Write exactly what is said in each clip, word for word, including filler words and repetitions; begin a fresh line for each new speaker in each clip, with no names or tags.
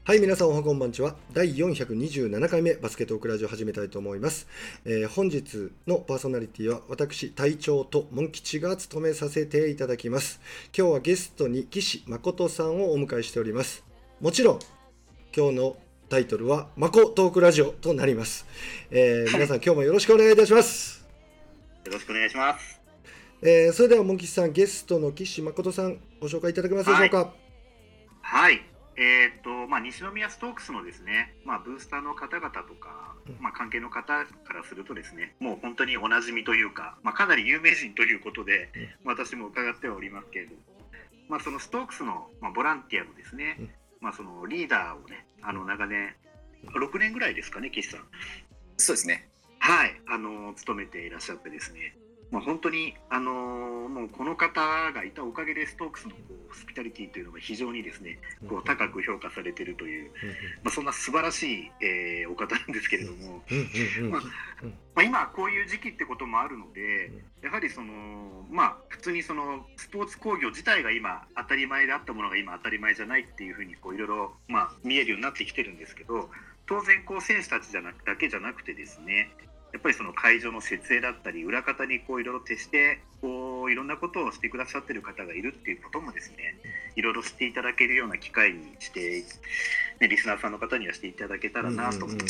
はい、皆さんおはこんばんちは。だいよんひゃくにじゅうななかいめバスケットオークラジオを始めたいと思います。えー本日のパーソナリティは私、隊長とモン吉が務めさせていただきます。今日はゲストに岸誠さんをお迎えしております。もちろん、今日のタイトルはマコトークラジオとなります。えー皆さん今日もよろしくお願いいたします。
よろしくお願いします。
えーそれではモン吉さん、ゲストの岸誠さん、ご紹介いただけますでしょうか。
はい。えーっと、まあ、西宮ストークスのですね、まあ、ブースターの方々とか、まあ、関係の方からするとですね、もう本当におなじみというか、まあ、かなり有名人ということで、私も伺ってはおりますけれど、まあ、そのストークスの、まあ、ボランティアのですね、まあ、そのリーダーをね、あの長年、ろくねんぐらいですかね、岸さん。
そうですね。
はい、あの務めていらっしゃってですね、まあ、本当に、あのーもうこの方がいたおかげでストークスのこうホスピタリティというのが非常にですね、こう高く評価されているという、まあ、そんな素晴らしい、えーお方なんですけれども、まあまあ、今こういう時期ってこともあるので、やはりその、まあ、普通にそのスポーツ興行自体が今当たり前であったものが今当たり前じゃないっていうふうにこういろいろ、まあ、見えるようになってきてるんですけど、当然こう選手たちじゃなくだけじゃなくてですね、やっぱりその会場の設営だったり裏方にこういろいろ徹してこういろんなことをしてくださっている方がいるっていうこともですね、いろいろ知っていただけるような機会にして、ね、リスナーさんの方にはしていただけたらなと思って、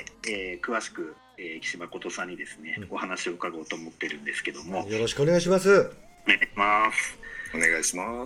えー詳しく、えー岸誠さんにですね、お話を伺おうと思ってるんですけども、
よろしくお願いします。
お願いします。
お願いします。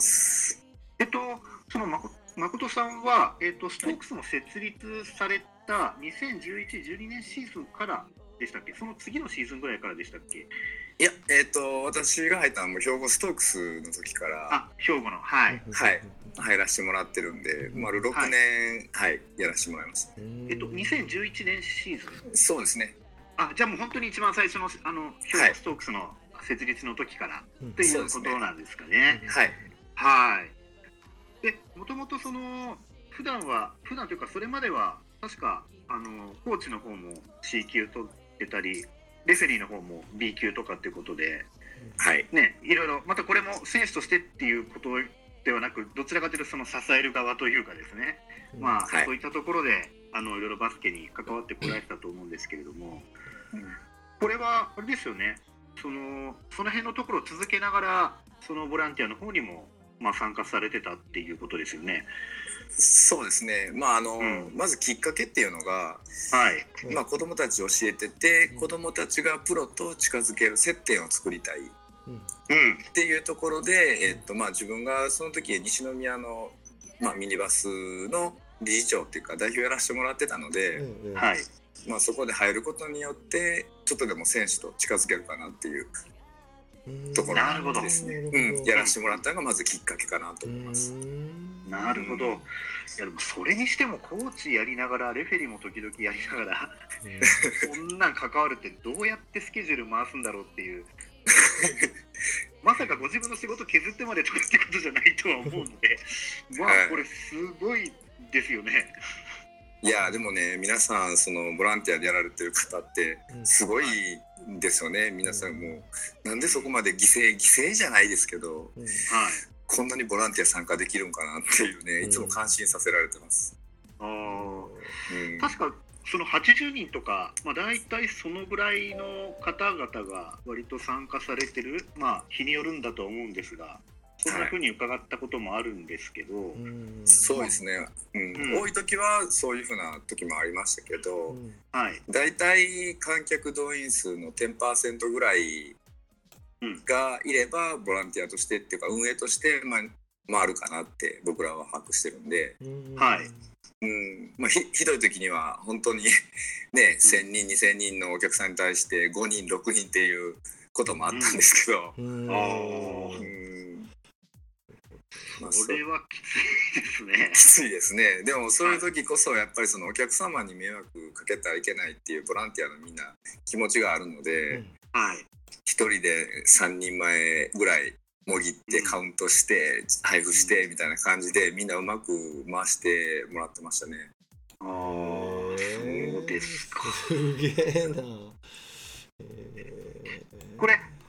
えっと、その誠誠さんは、えっと、ストークスの設立されたにせんじゅういち、じゅうにねんシーズンからでしたっけ？その次のシーズンぐらいからでしたっけ？
いや、えっ、と私が入ったのはもう兵庫ストークスの時から
あ、兵庫の、はい。
はい入らせてもらってるんで、丸ろくねんはい、やらせてもらいました。
えっと、にせんじゅういちねんシーズン。
そうですね。
あ、じゃあもう本当に一番最初のあの兵庫ストークスの設立の時からということなんですかね。
はい
はい。で、もともとその普段は普段というかそれまでは確かあのコーチの方も C 級取ってたり、レフェリーの方も B 級とかっていうことで、
はい
ね、いろいろまたこれも選手としてっていうことではなく、どちらかというとその支える側というかですね、まあ、
はい
そういったところであのいろいろバスケに関わってこられてたと思うんですけれども、これはあれですよね、そのその辺のところを続けながらそのボランティアの方にも、まあ、参加されてたっていうことですよね。
そうですね。まああの、
うん
まずきっかけっていうのが、
はい。
まあ、子どもたち教えてて、子どもたちがプロと近づける接点を作りたい
うん。
っていうところで、えっとまあ、自分がその時西宮の、まあ、ミニバスの理事長っていうか代表やらせてもらってたので、
はい。
まあ、そこで入ることによってちょっとでも選手と近づけるかなっていうところですね、うん、やらせてもらったのがまずきっかけかなと思います。
なるほど。いやでもそれにしてもコーチやりながらレフェリーも時々やりながらこんなん関わるってどうやってスケジュール回すんだろうっていうまさかご自分の仕事削ってまで取るってことじゃないとは思うのでまあこれすごいですよね。
いやでもね、皆さんそのボランティアでやられてる方ってすごいですよね。皆さんもうなんでそこまで犠牲犠牲じゃないですけど、
はい。
こんなにボランティア参加できるんかなっていうね、いつも感心させられてます。
あー
うん、
確かそのはちじゅうにんとか、まあ、大体そのぐらいの方々が割と参加されてる、まあ、日によるんだと思うんですが、そんな風に伺ったこともあるんですけど、
そうですね、うん
うん、
多い時はそういうふうな時もありましたけど、
はい、
だいたい観客動員数の じゅっパーセント ぐらいがいればボランティアとしてっていうか運営として、まあ、回るかなって僕らは把握してるんで、
はい、
うんまあ、ひ, ひどい時には本当にね、せんにんにせんにんのお客さんに対してごにんろくにんっていうこともあったんですけど、
うんあうんまあ、それはきついですね。
きついですね。でもそういう時こそやっぱりそのお客様に迷惑かけてはいけないっていうボランティアのみんな気持ちがあるので、
はい、
ひとりでさんにんまえぐらいもぎってカウントして配布してみたいな感じでみんなうまく回してもらってましたね。
ああ、そうですか。
すげえな。
これ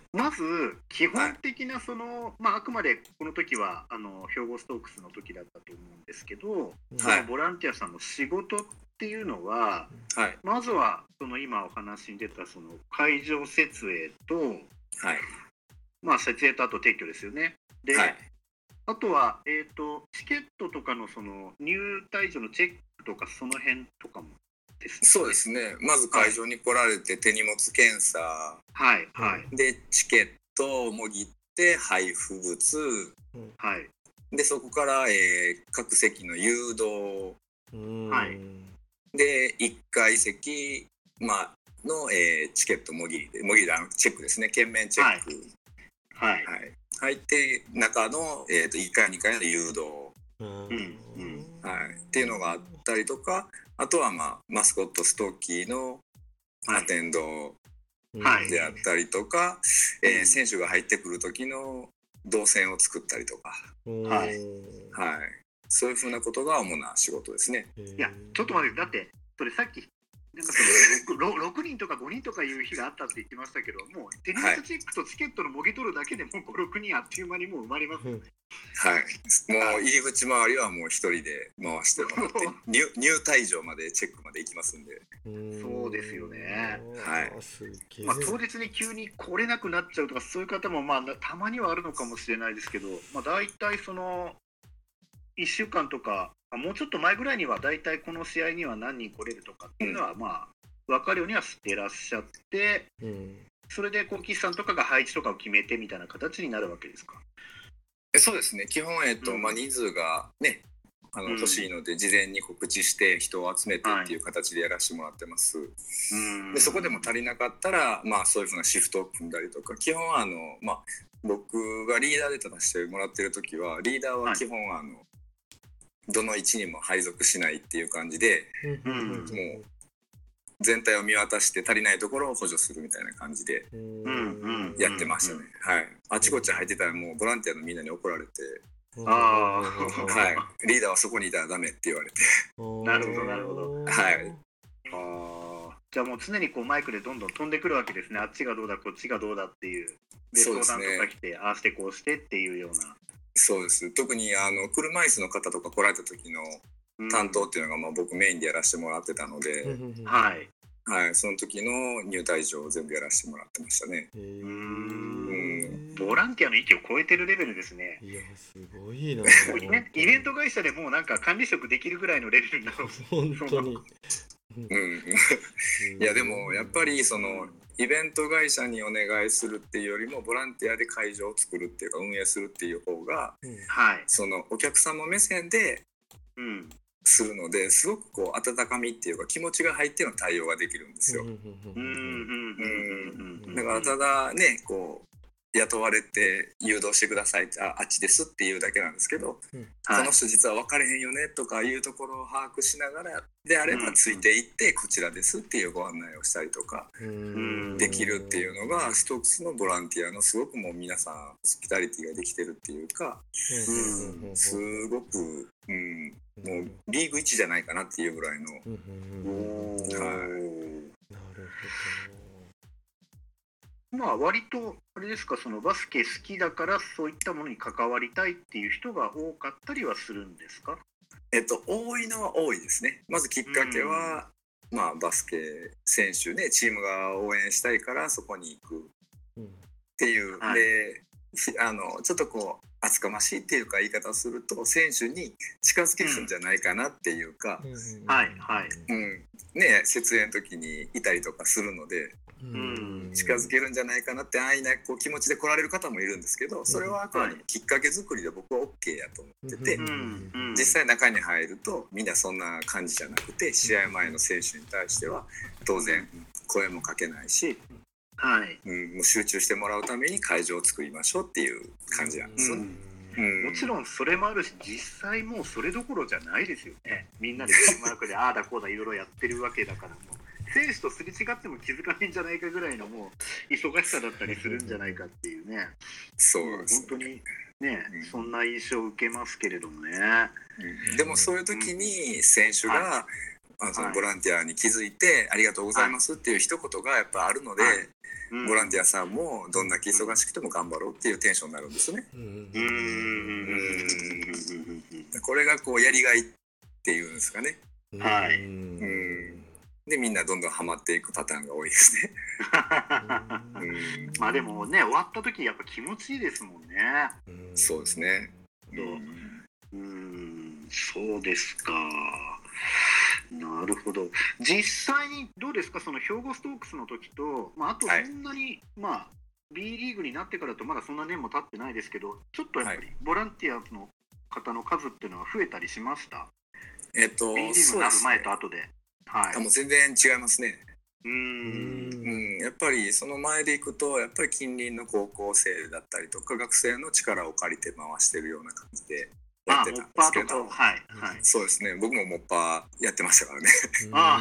まず基本的なその、はい、まあ、あくまでこの時はあの兵庫ストークスの時だったと思うんですけど、はい、そのボランティアさんの仕事っていうのは、はい、まずはその今お話に出たその会場設営と、はい、まあ、設営とあと撤去ですよね。で、はい、あとは、えーと、チケットとかのその入退場のチェックとかその辺とかもですね。
そうですね。まず会場に来られて手荷物検査、
はいはい、
でチケットをもぎって配布物、はい、でそこから、えー、各席の誘導、はい、でいっかい席、まあ、の、えー、チケットもぎりでもぎりあのチェックですね、券面チェック、はいはいはい、入って中の、えー、といっかいにかいの誘導、うんうんはい、っていうのがあったりとか、あとは、まあ、マスコットストッキーのアテンドであったりとか、はい、えー、選手が入ってくる時の動線を作ったりとか、はいはい、そういうふうなことが主な仕事ですね。
いやちょっと待って、だってそれさっきなんかその 6, ろくにんとかごにんとかいう日があったって言ってましたけど、もう手荷物チェックとチケットのもぎ取るだけでもうご、ろくにんあっという間にもう埋まりますよね。
はい、もう入り口周りはもう一人で回してもらって入, 入退場までチェックまで行きますんで。
そうですよね。
はい。
まあ、当日に急に来れなくなっちゃうとかそういう方もまあたまにはあるのかもしれないですけど、まあ、大体そのいっしゅうかんとかもうちょっと前ぐらいには大体この試合には何人来れるとかっていうのはまあ分かるようにはしてらっしゃって、うん、それでこう岸さんとかが配置とかを決めてみたいな形になるわけですか？
そうですね、基本、えっとうんまあ、人数が、ね、あの欲しいので事前に告知して人を集めてっていう形でやらせてもらってます、はい、でそこでも足りなかったら、まあ、そういうふうなシフトを組んだりとか、基本あの、まあ、僕がリーダーで立たせてもらってる時はリーダーは基本あの、はい、どの位置にも配属しないっていう感じで、うん、もう全体を見渡して足りないところを補助するみたいな感じでやってましたね。はい。あちこち入ってたらもうボランティアのみんなに怒られて、あはい。リーダーはそこにいたらダメって言われて。
なるほどなるほど。
はい。
あじゃあもう常にこうマイクでどんどん飛んでくるわけですね。あっちがどうだこっちがどうだっていう。で相談とか来て、ああしてこうしてっていうような。
そうです。特にあの車椅子の方とか来られた時の担当っていうのがまあ僕メインでやらせてもらってたので、はい、はい、その時の入退場を全部やらせてもらってましたね。うー
ん、ボランティアの域を超えてるレベルですね。
いやすごいな。
イベント会社でもうなんか管理職できるぐらいのレベルになる。
本当に。
うん、いやでもやっぱりそのイベント会社にお願いするっていうよりもボランティアで会場を作るっていうか運営するっていう方が、うん、そのお客様目線で、うん、するのですごくこう温かみっていうか気持ちが入っての対応ができるんですよ。だからただねこう雇われて誘導してくださいって あ, あっちですっていうだけなんですけど、うん、この人実は分かれへんよねとかいうところを把握しながらであればついていってこちらですっていうご案内をしたりとかできるっていうのがストークスのボランティアのすごくもう皆さんホスピタリティができてるっていうか、うん、すごく、うん、もうリーグいちじゃないかなっていうぐらいの、はい、なるほど。
まあ割とあれですか、そのバスケ好きだからそういったものに関わりたいっていう人が多かったりはするんですか？
えっと多いのは多いですね。まずきっかけは、うん、まあバスケ選手ねチームが応援したいからそこに行くっていう、うんはい、であのちょっとこう厚かましいっていうか言い方をすると選手に近づけるんじゃないかなっていうか、うん、はいはい、うんね、設営の時にいたりとかするので。うん、近づけるんじゃないかなって安易なこう気持ちで来られる方もいるんですけど、それはあくまでもきっかけ作りで僕は OK やと思ってて、うん、実際中に入るとみんなそんな感じじゃなくて試合前の選手に対しては当然声もかけないし、はいうん、もう集中してもらうために会場を作りましょうっていう感じなんですよね。
うんうん、もちろんそれもあるし実際もうそれどころじゃないですよね。みんなでチームワークでああだこうだいろいろやってるわけだから、もう選手とすれ違っても気づかないんじゃないかぐらいのもう忙しさだったりするんじゃないかっていうね。
そうですね。
本当にね、うん、そんな印象を受けますけれどもね。
うん、でもそういう時に選手があそのボランティアに気づいて、はい、ありがとうございますっていう一言がやっぱあるので、はい、ボランティアさんもどんだけ忙しくても頑張ろうっていうテンションになるんですよね。うん、これがこうやりがいっていうんですかね。
はい。
うん。でみんなどんどんハマっていくパターンが多いですね。
うん、まあでもね終わった時やっぱ気持ちいいですもんね。
うんそうですね。
うん、うんそうですか。なるほど。実際にどうですかその兵庫ストークスの時と、まあ、あとそんなに、はい、まあ B リーグになってからとまだそんな年も経ってないですけどちょっとやっぱりボランティアの方の数っていうのは増えたりしました？
えっと
B リーグになる前と後で。はい、
あもう全然違いますね。
うーん
うんやっぱりその前でいくとやっぱり近隣の高校生だったりとか学生の力を借りて回してるような感じでやってたんですけど、
はいはい、
そうですね僕もモッパーやってましたからね。
あ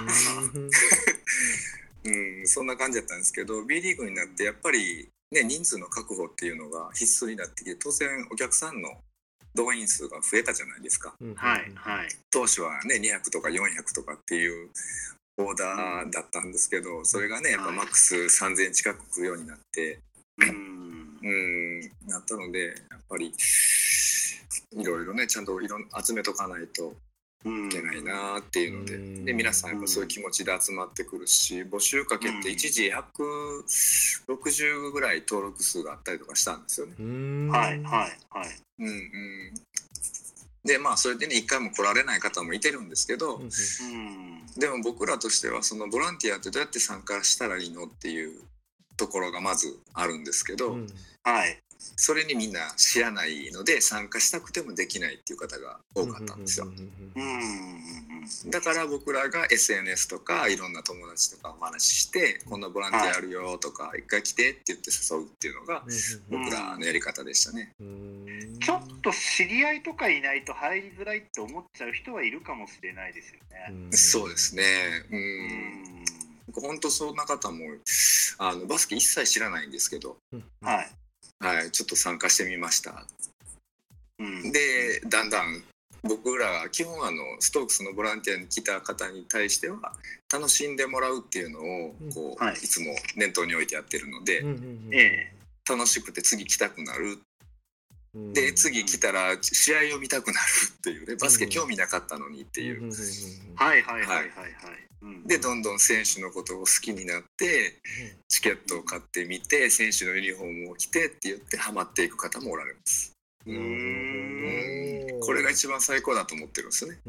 うん、そんな感じだったんですけど B リーグになってやっぱり、ね、人数の確保っていうのが必須になってきて当然お客さんの動員数が増えたじゃないですか。
はいはい、
当初はねにひゃくとかよんひゃくとかっていうオーダーだったんですけどそれがねやっぱマックスさんぜん近く来るようになって、はい、うんうんなったのでやっぱりいろいろねちゃんといろん集めとかないといけないなっていうので、で皆さんやっぱそういう気持ちで集まってくるし募集かけて一時ひゃくろくじゅうぐらい登録数があったりとかしたんですよね。
はいはいはい。
うんうんでまあそれでね一回も来られない方もいてるんですけど、うん、でも僕らとしてはそのボランティアってどうやって参加したらいいのっていうところがまずあるんですけど、うん、
はい
それにみんな知らないので参加したくてもできないっていう方が多かったんですよ。だから僕らが エスエヌエス とかいろんな友達とかお話ししてこんなボランティアあるよとか一回来てって言って誘うっていうのが僕らのやり方でしたね。
ちょっと知り合いとかいないと入りづらいって思っちゃう人はいるかもしれないですよね。
そうですね。うん本当そんな方もあのバスケ一切知らないんですけど、
はい
はい、ちょっと参加してみました、
うん、
でだんだん僕らは基本あのストークスのボランティアに来た方に対しては楽しんでもらうっていうのをこう、はい、いつも念頭に置いてやってるので、
え
ー、楽しくて次来たくなる、うん、で次来たら試合を見たくなるっていうねバスケ興味なかったのにっていう、うん、
はいはいはいはいはい、
でどんどん選手のことを好きになってチケットを買ってみて選手のユニフォームを着てって言ってハマっていく方もおられます。
うーん
これが一番最高だと思ってるんですよね。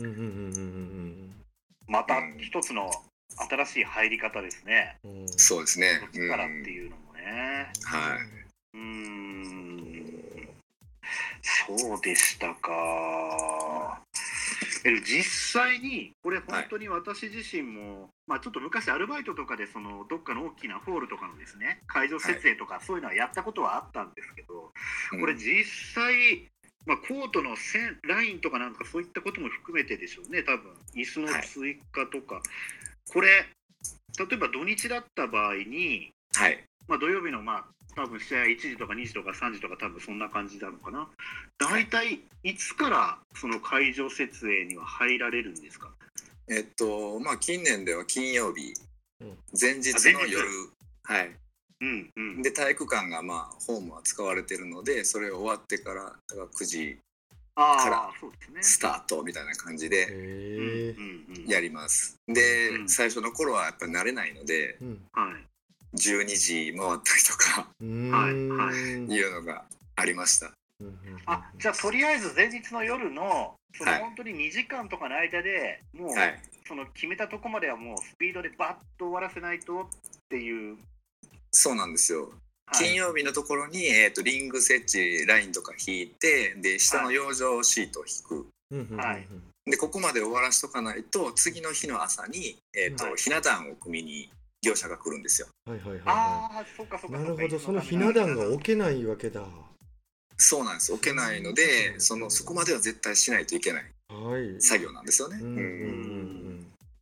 また一つの新しい入り方ですね。
そうですね。
そっからっていうのもね。
はい。
うーんそうでしたか。実際にこれ本当に私自身も、はい、まあ、ちょっと昔アルバイトとかでそのどっかの大きなホールとかのですね会場設営とかそういうのはやったことはあったんですけど、はい、これ実際、まあ、コートの線ラインとかなんかそういったことも含めてでしょうね多分椅子の追加とか、はい、これ例えば土日だった場合に、
はい、
まあ、土曜日のまあ多分試合いちじとかにじとかさんじとか多分そんな感じなのかな。だいたいいつからその会場設営には入られるんですか？
えっとまあ近年では金曜日、うん、前日の夜、はい、
うんうん、
で体育館がまあホームは使われてるのでそれ終わってからだからくじからスタートみたいな感じでやります。で、うん、最初の頃はやっぱり慣れないので、
うん、はい
じゅうにじ回ったりとかいうのがありました。
あ、じゃあとりあえず前日の夜のその本当ににじかんとかの間で、はい、もう、はい、その決めたとこまではもうスピードでバッと終わらせないとっていう。
そうなんですよ。はい、金曜日のところに、えーと、リング設置ラインとか引いてで下の養生シートを引
く、はい、
でここまで終わらしとかないと次の日の朝に、えーとはい、ひな壇を組みに業者が来るんですよ。
はいはいはい、はい、
ああ、そうかそうか。
なるほど、そのひな壇が置けないわけだ。
そうなんです。置けないので、そのそこまでは絶対しないといけない作業なんですよね。
うんうんうん。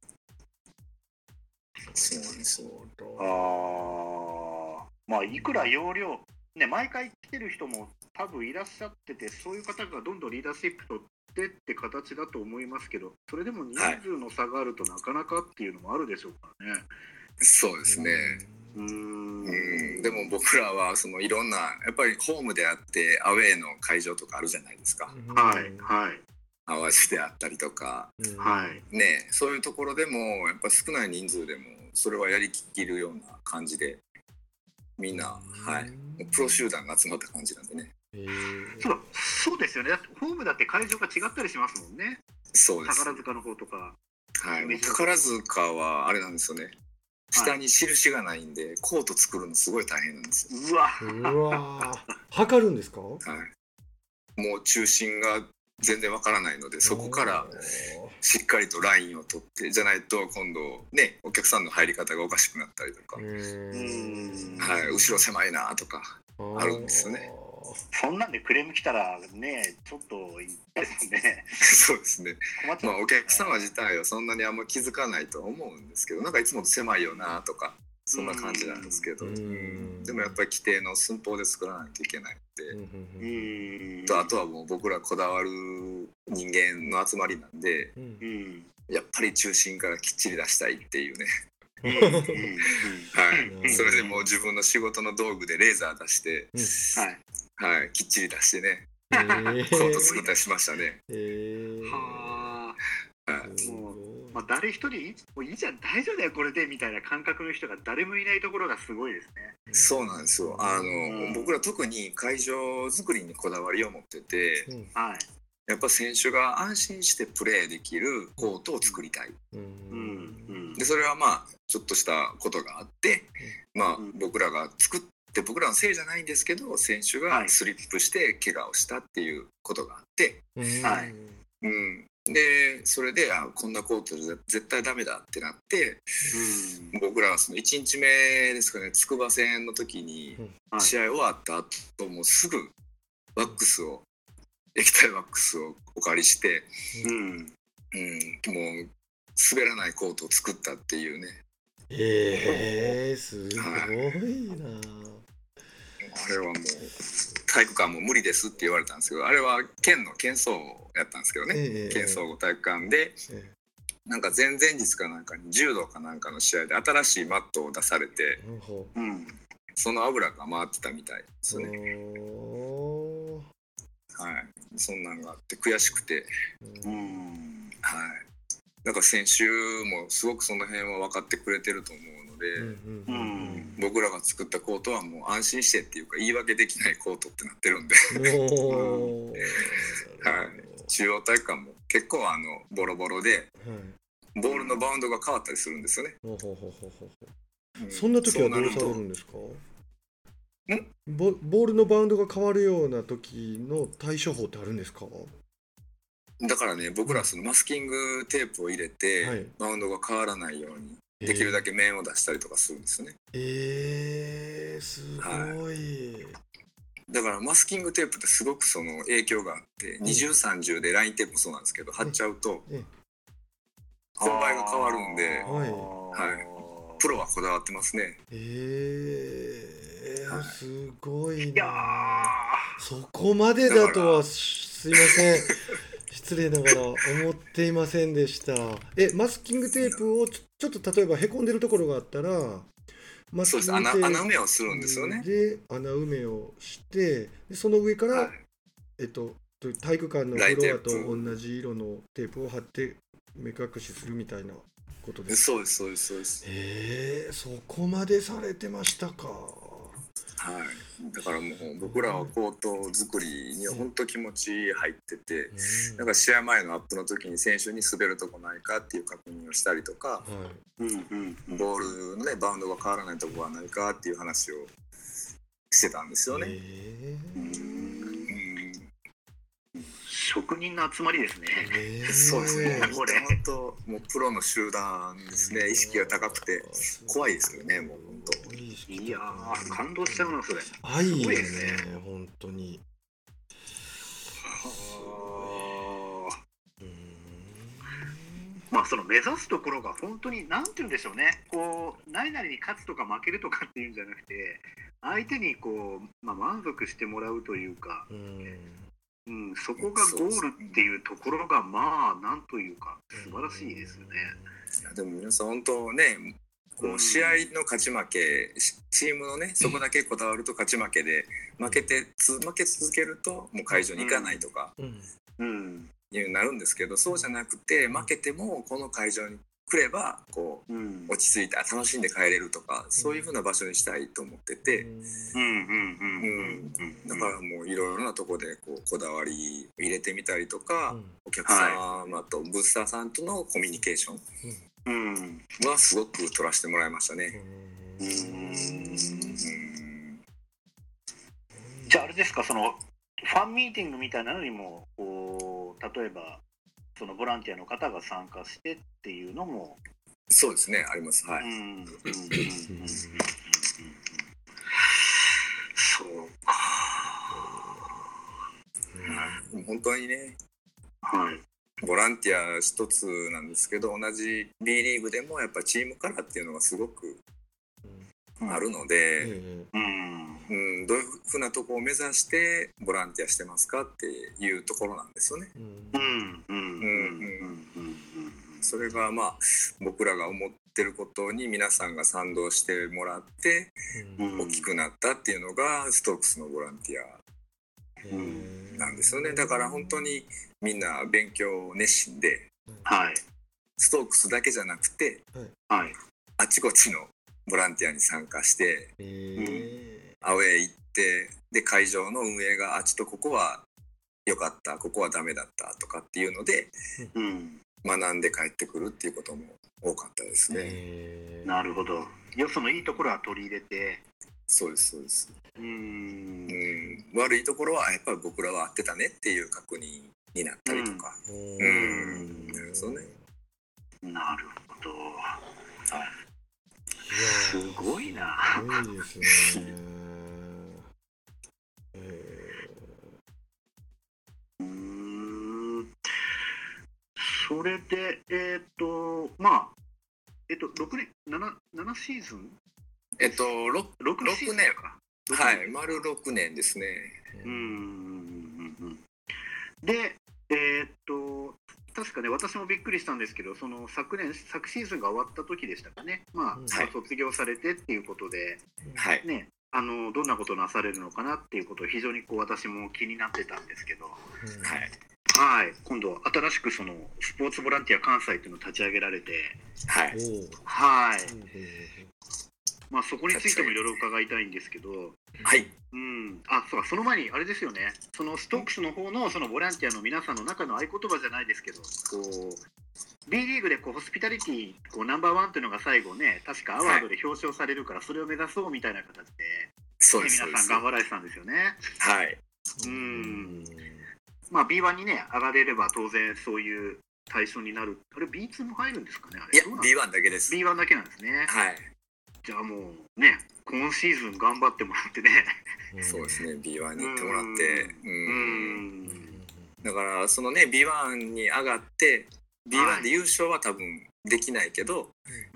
そうなんですよ。
ああ、まあいくら容量ね毎回来てる人も多分いらっしゃってて、そういう方がどんどんリーダーシップとってって形だと思いますけど、それでも人数の差があるとなかなかっていうのもあるでしょうからね。はい、
そうですね。うーんうんでも僕らはそのいろんなやっぱりホームであってアウェーの会場とかあるじゃないですか。
はいはい
淡路であったりとか、
はい
ね、そういうところでもやっぱ少ない人数でもそれはやりきるような感じでみんな、はい、プロ集団が集まった感じなんでね。
そうそうですよね。だってホームだって会場が違ったりしますもんね。
そうです。
宝塚の方とか、
はい、宝塚はあれなんですよね、下に印がないんで、はい、コート作るのすごい大変なんですよ。
うわ
うわ測るんですか？
はい、もう中心が全然わからないので、そこからしっかりとラインを取ってじゃないと今度ねお客さんの入り方がおかしくなったりとか、うーん、はい、後ろ狭いなとかあるんですよね。
そんなんでクレーム来たらねちょっといいですね。
そうですね。まあお客様自体はそんなにあんま気づかないとは思うんですけど、なんかいつも狭いよなとかそんな感じなんですけど、でもやっぱり規定の寸法で作らないといけないので、とあとはもう僕らこだわる人間の集まりなんで、やっぱり中心からきっちり出したいっていうね。はい、それでもう自分の仕事の道具でレーザー出して、はいはい、きっちり出してね、コート作ったりしましたね。はあ、
もうまあ誰一人もういいじゃん大丈夫だよこれでみたいな感覚の人が誰もいないところがすごいですね。
そうなんですよ。あの、うん、僕ら特に会場作りにこだわりを持ってて、うん、やっぱ選手が安心してプレーできるコートを作りたい。うんうん、でそれはまあちょっとしたことがあって、まあ、僕らが作って僕らのせいじゃないんですけど選手がスリップして怪我をしたっていうことがあって、はいうん、でそれであこんなコートで絶対ダメだってなって、うん、僕らはそのいちにちめですかね筑波戦の時に試合終わった後もうすぐワックスを液体ワックスをお借りして、うんうん、もう滑らないコートを作ったっていうね。
えー、すごいな、はい、あ
れはもう体育館も無理ですって言われたんですけど、あれは県の県総やったんですけどね、えー、県総合体育館で、えー、なんか前々日かなんかに柔道かなんかの試合で新しいマットを出されて、うん、その油が回ってたみたいですね。はい、そんなんがあって悔しくて、うん、はい。なんか選手もすごくその辺は分かってくれてると思うので、うんうん、僕らが作ったコートはもう安心してっていうか言い訳できないコートってなってるんで、うんはい、中央体育館も結構あのボロボロで、うん、ボールのバウンドが変わったりするんですよね。うん、
そんな時はどうされるんですか？ボ, ボールのバウンドが変わるような時の対処法ってあるんですか？
だからね僕らそのマスキングテープを入れて、はい、バウンドが変わらないようにできるだけ面を出したりとかするんですよね。えー、すごい、はい、だからマスキングテープってすごくその影響があって、うん、にじゅうさんじゅうでラインテープもそうなんですけど貼っちゃうと勾配が変わるんで、はいはい、プロはこだわってますね。
えー、はい、すごいな。そこまでだとはすいません失礼ながら思っていませんでした。えマスキングテープをちょ、ちょっと例えばへこんでるところがあったら
マスキングテープで穴埋めをするんですよね。
で穴埋めをしてでその上から、はいえっと、体育館のフロアと同じ色のテープを貼って目隠しするみたいなことです。
そうですそうですそうです。
えー、そこまでされてましたか。
はい、だからもう僕らはコート作りには本当気持ち入ってて、うん、なんか試合前のアップの時に選手に滑るとこないかっていう確認をしたりとか、はいうんうん、ボールのねバウンドが変わらないとこはないかっていう話をしてたんですよね。えー、うん
職人の集まりですね。
えー、そうですね。これ本当もうプロの集団ですね。意識が高くて怖いですよね。もう本当。
いやー感動しちゃうなそれ。
愛いですね本当に。
まあその目指すところが本当になんて言うんでしょうね。こう何々に勝つとか負けるとかっていうんじゃなくて、相手にこうまあ満足してもらうというか。うんうん、そこがゴールっていうところがまあなんというか素晴らしいですよね。
いやでも皆さん本当ね、こう試合の勝ち負け、チームのねそこだけこだわると勝ち負けで、負けて負け続けるともう会場に行かないとか、うん、いうなるんですけど、そうじゃなくて負けてもこの会場に来ればこう、うん、落ち着いて楽しんで帰れるとか、そういう風な場所にしたいと思ってて、だからもういろいろなとこでこうこだわり入れてみたりとか、うん、お客様とブースターさんとのコミュニケーション、うんうん、はすごく取らせてもらいましたね。うー
ん、じゃああれですか、そのファンミーティングみたいなのにもこう例えばそのボランティアの方が参加してっていうのも。
そうですね、あります。はい。
そうか。
うん、本当にね、
はい、
ボランティア一つなんですけど、同じ B リーグでもやっぱチームカラーっていうのがすごくあるので、うんうんうん、どういうふうなとこを目指してボランティアしてますかっていうところなんですよね。それがまあ僕らが思ってることに皆さんが賛同してもらって大きくなったっていうのがストークスのボランティアなんですよね。だから本当にみんな勉強熱心で、はい、ストークスだけじゃなくて、はい、あちこちのボランティアに参加して、うん、アウェー行ってで会場の運営があちょっとここは良かったここはダメだったとかっていうので、うん、学んで帰ってくるっていうことも多かったですね。
なるほど。よそのいいところは取り入れて。
そうですそうです。うーん、うん、悪いところはやっぱり僕らは合ってたねっていう確認になったりとか、うん、うんうんそうね。
なるほど。はい。すごいな。
すごいですね。
えー、うーん。それでえっ、ー、とまあえっ、ー、とろくねんなな、ななシーズン
えっと 6,
6,
6年か。はい丸ろくねんですね。
うんうんうんでえっ、ー、と確かね私もびっくりしたんですけど、その昨年昨シーズンが終わった時でしたかね、まあ、はい、卒業されてっていうことで、はいね、あのどんなことなされるのかなっていうことを非常にこう私も気になってたんですけど、うん、はいはい、今度新しくそのスポーツボランティア関西っていうのを立ち上げられて、はい、はい、まあそこについてもいろいろ伺いたいんですけど、はい、うん、あ、そうか、その前にあれですよね、そのストークスの方のそのボランティアの皆さんの中の合言葉じゃないですけど、こう B リーグでこうホスピタリティこうナンバーワンっていうのが最後ね、確かアワードで表彰されるから、それを目指そうみたいな形で、そうです皆さん頑張られてたんですよね。はい。うん。まあ ビーワン にね上がれれば当然そういう対象になる。あれ ビーツー も入るんですかね。あれ
いや ビーワン だけです。
ビーワン だけなんですね。はい。じゃあもうね今シーズン頑張ってもらってね。
そうですね ビーワン に行ってもらって、うん。だからそのね ビーワン に上がって ビーワン で優勝は多分できないけど、はい、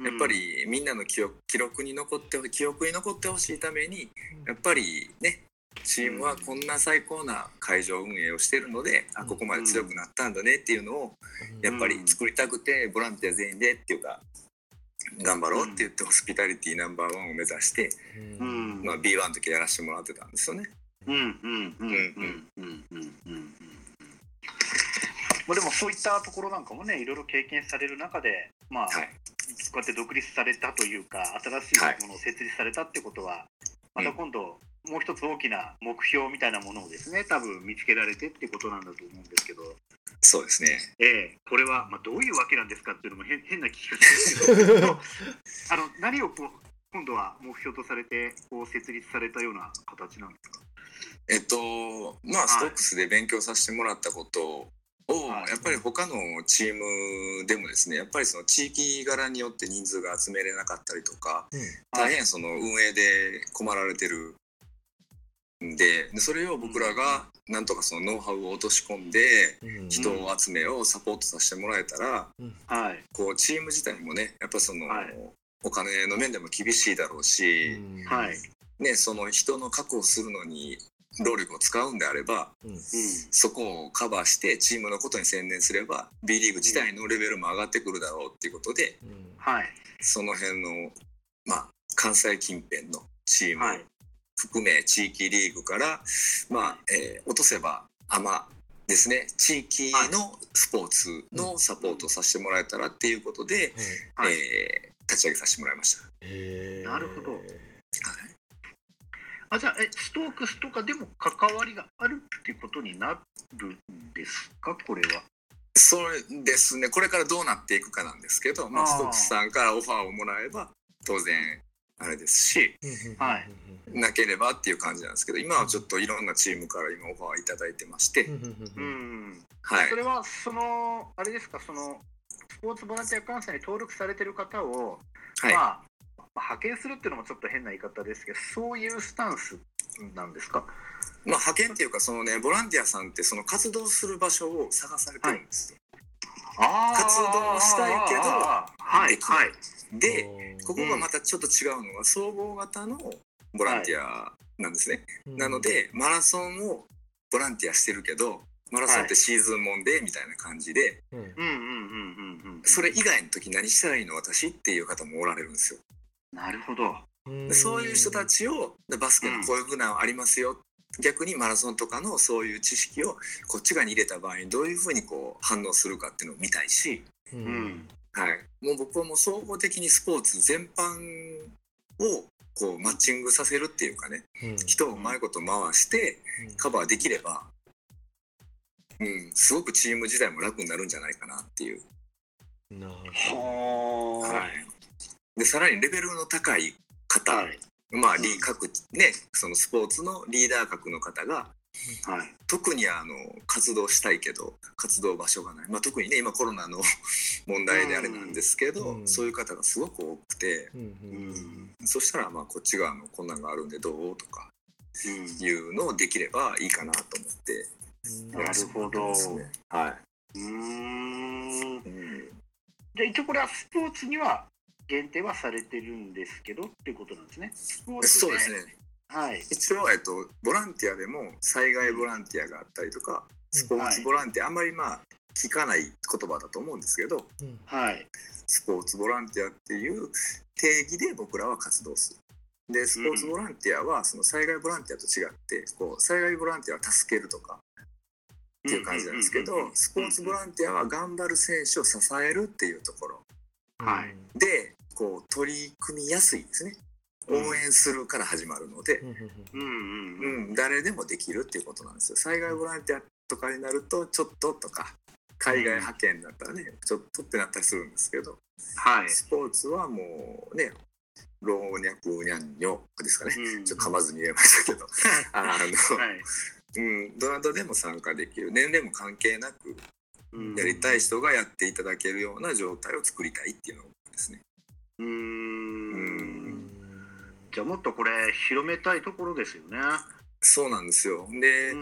やっぱりみんなの記憶、記録に残って記憶に残ってほしいためにやっぱりね。チームはこんな最高な会場運営をしているので、あここまで強くなったんだねっていうのをやっぱり作りたくて、ボランティア全員でっていうか頑張ろうって言ってホスピタリティナンバーワンを目指して、まあ ビーワン の時やらせてもらってたんですよね。うんうんうんうんうんうんうん。
まあでもそういったところなんかもねいろいろ経験される中で、まあ、はい、こうやって独立されたというか新しいものを設立されたってことは、はい、また今度、うんもう一つ大きな目標みたいなものをですね多分見つけられてってことなんだと思うんですけど。
そうですね、
ええ、これは、まあ、どういうわけなんですかっていうのも 変, 変な聞き方ですけどあの何をこう今度は目標とされてこう設立されたような形なんですか。
えっとまあストックスで勉強させてもらったことを、はい、やっぱり他のチームでもですねやっぱりその地域柄によって人数が集めれなかったりとか、うん、大変その運営で困られてるでそれを僕らがなんとかそのノウハウを落とし込んで人を集めをサポートさせてもらえたら、こうチーム自体もねやっぱそのお金の面でも厳しいだろうし、ね、その人の確保するのに労力を使うんであれば、
うん、
そこをカバーしてチームのことに専念すれば B リーグ自体のレベルも上がってくるだろうっていうことで、
うん、
はい、
その辺の、まあ、関西近辺のチームを含め地域リーグから、まあえー、落とせばアマですね、地域のスポーツのサポートをさせてもらえたらっていうことで、
はい、
えー、立ち上げさせてもらいました。
へー、
なるほど。
はい、
あ、じゃあえストークスとかでも関わりがあるっていうことになるんですか、これは。
そうですね、これからどうなっていくかなんですけど、まあ、ストークスさんからオファーをもらえば当然あれですし、
はい、
なければっていう感じなんですけど、今はちょっといろんなチームから今オファーいただいてまして、
うん、
はい、
それはそのあれですか、そのスポーツボランティア監査に登録されてる方を、
はい、
まあ、派遣するっていうのもちょっと変な言い方ですけど、そういうスタンスなんですか。
まあ、派遣っていうかそのね、ボランティアさんってその活動する場所を探されてるんですよ。
はい、
活動したいけど
はいはい、
で、ここがまたちょっと違うのが総合型のボランティアなんですね、はい、なのでマラソンをボランティアしてるけどマラソンってシーズンもんでみたいな感じで、それ以外の時何したらいいの私っていう方もおられるんですよ。
なるほど。
そういう人たちをバスケのこういうふうなのありますよ、うん、逆にマラソンとかのそういう知識をこっち側に入れた場合にどういうふうにこう反応するかっていうのを見たいし、
うん、
はい、もう僕はもう総合的にスポーツ全般をこうマッチングさせるっていうかね、うん、人をうまいこと回してカバーできれば、うん、すごくチーム自体も楽になるんじゃないかなっていう。
なるほど、
はい、でさらにレベルの高い方、はい、まあリー各ねそのスポーツのリーダー格の方が、はい、特にあの活動したいけど活動場所がない、まあ、特にね今コロナの問題であれなんですけど、うん、そういう方がすごく多くて、うんうん、そしたらまあこっち側のこんなんがあるんでどうとかいうのをできればいいかなと思って、
うん、なるほど、
ね、はい、
うーん、うん、じゃあ一応これはスポーツには限定はされてるんですけどっていうことなんですね。スポーツで
そうですね、
はい、
一応、えっと、ボランティアでも災害ボランティアがあったりとかスポーツボランティア、はい、あんまりまあ聞かない言葉だと思うんですけど、はい、スポーツボランティアっていう定義で僕らは活動する。でスポーツボランティアはその災害ボランティアと違ってこう災害ボランティアは助けるとかっていう感じなんですけど、スポーツボランティアは頑張る選手を支えるっていうところ、はい、でこう取り組みやすいですね。応援するから始まるので、うんうんうん、誰でもできるっていうことなんですよ。災害ボランティアとかになるとちょっととか海外派遣だったらねちょっとってなったりするんですけど、はい、スポーツはもうね老若にゃんにょですかね、うん、ちょっと噛まずに言えましたけどあの、はい、うん、どなたでも参加できる、年齢も関係なくやりたい人がやっていただけるような状態を作りたいっていうのですね。
うーん、うんじゃあもっとこれ広めたいところですよね。
そうなんですよ。で、うん、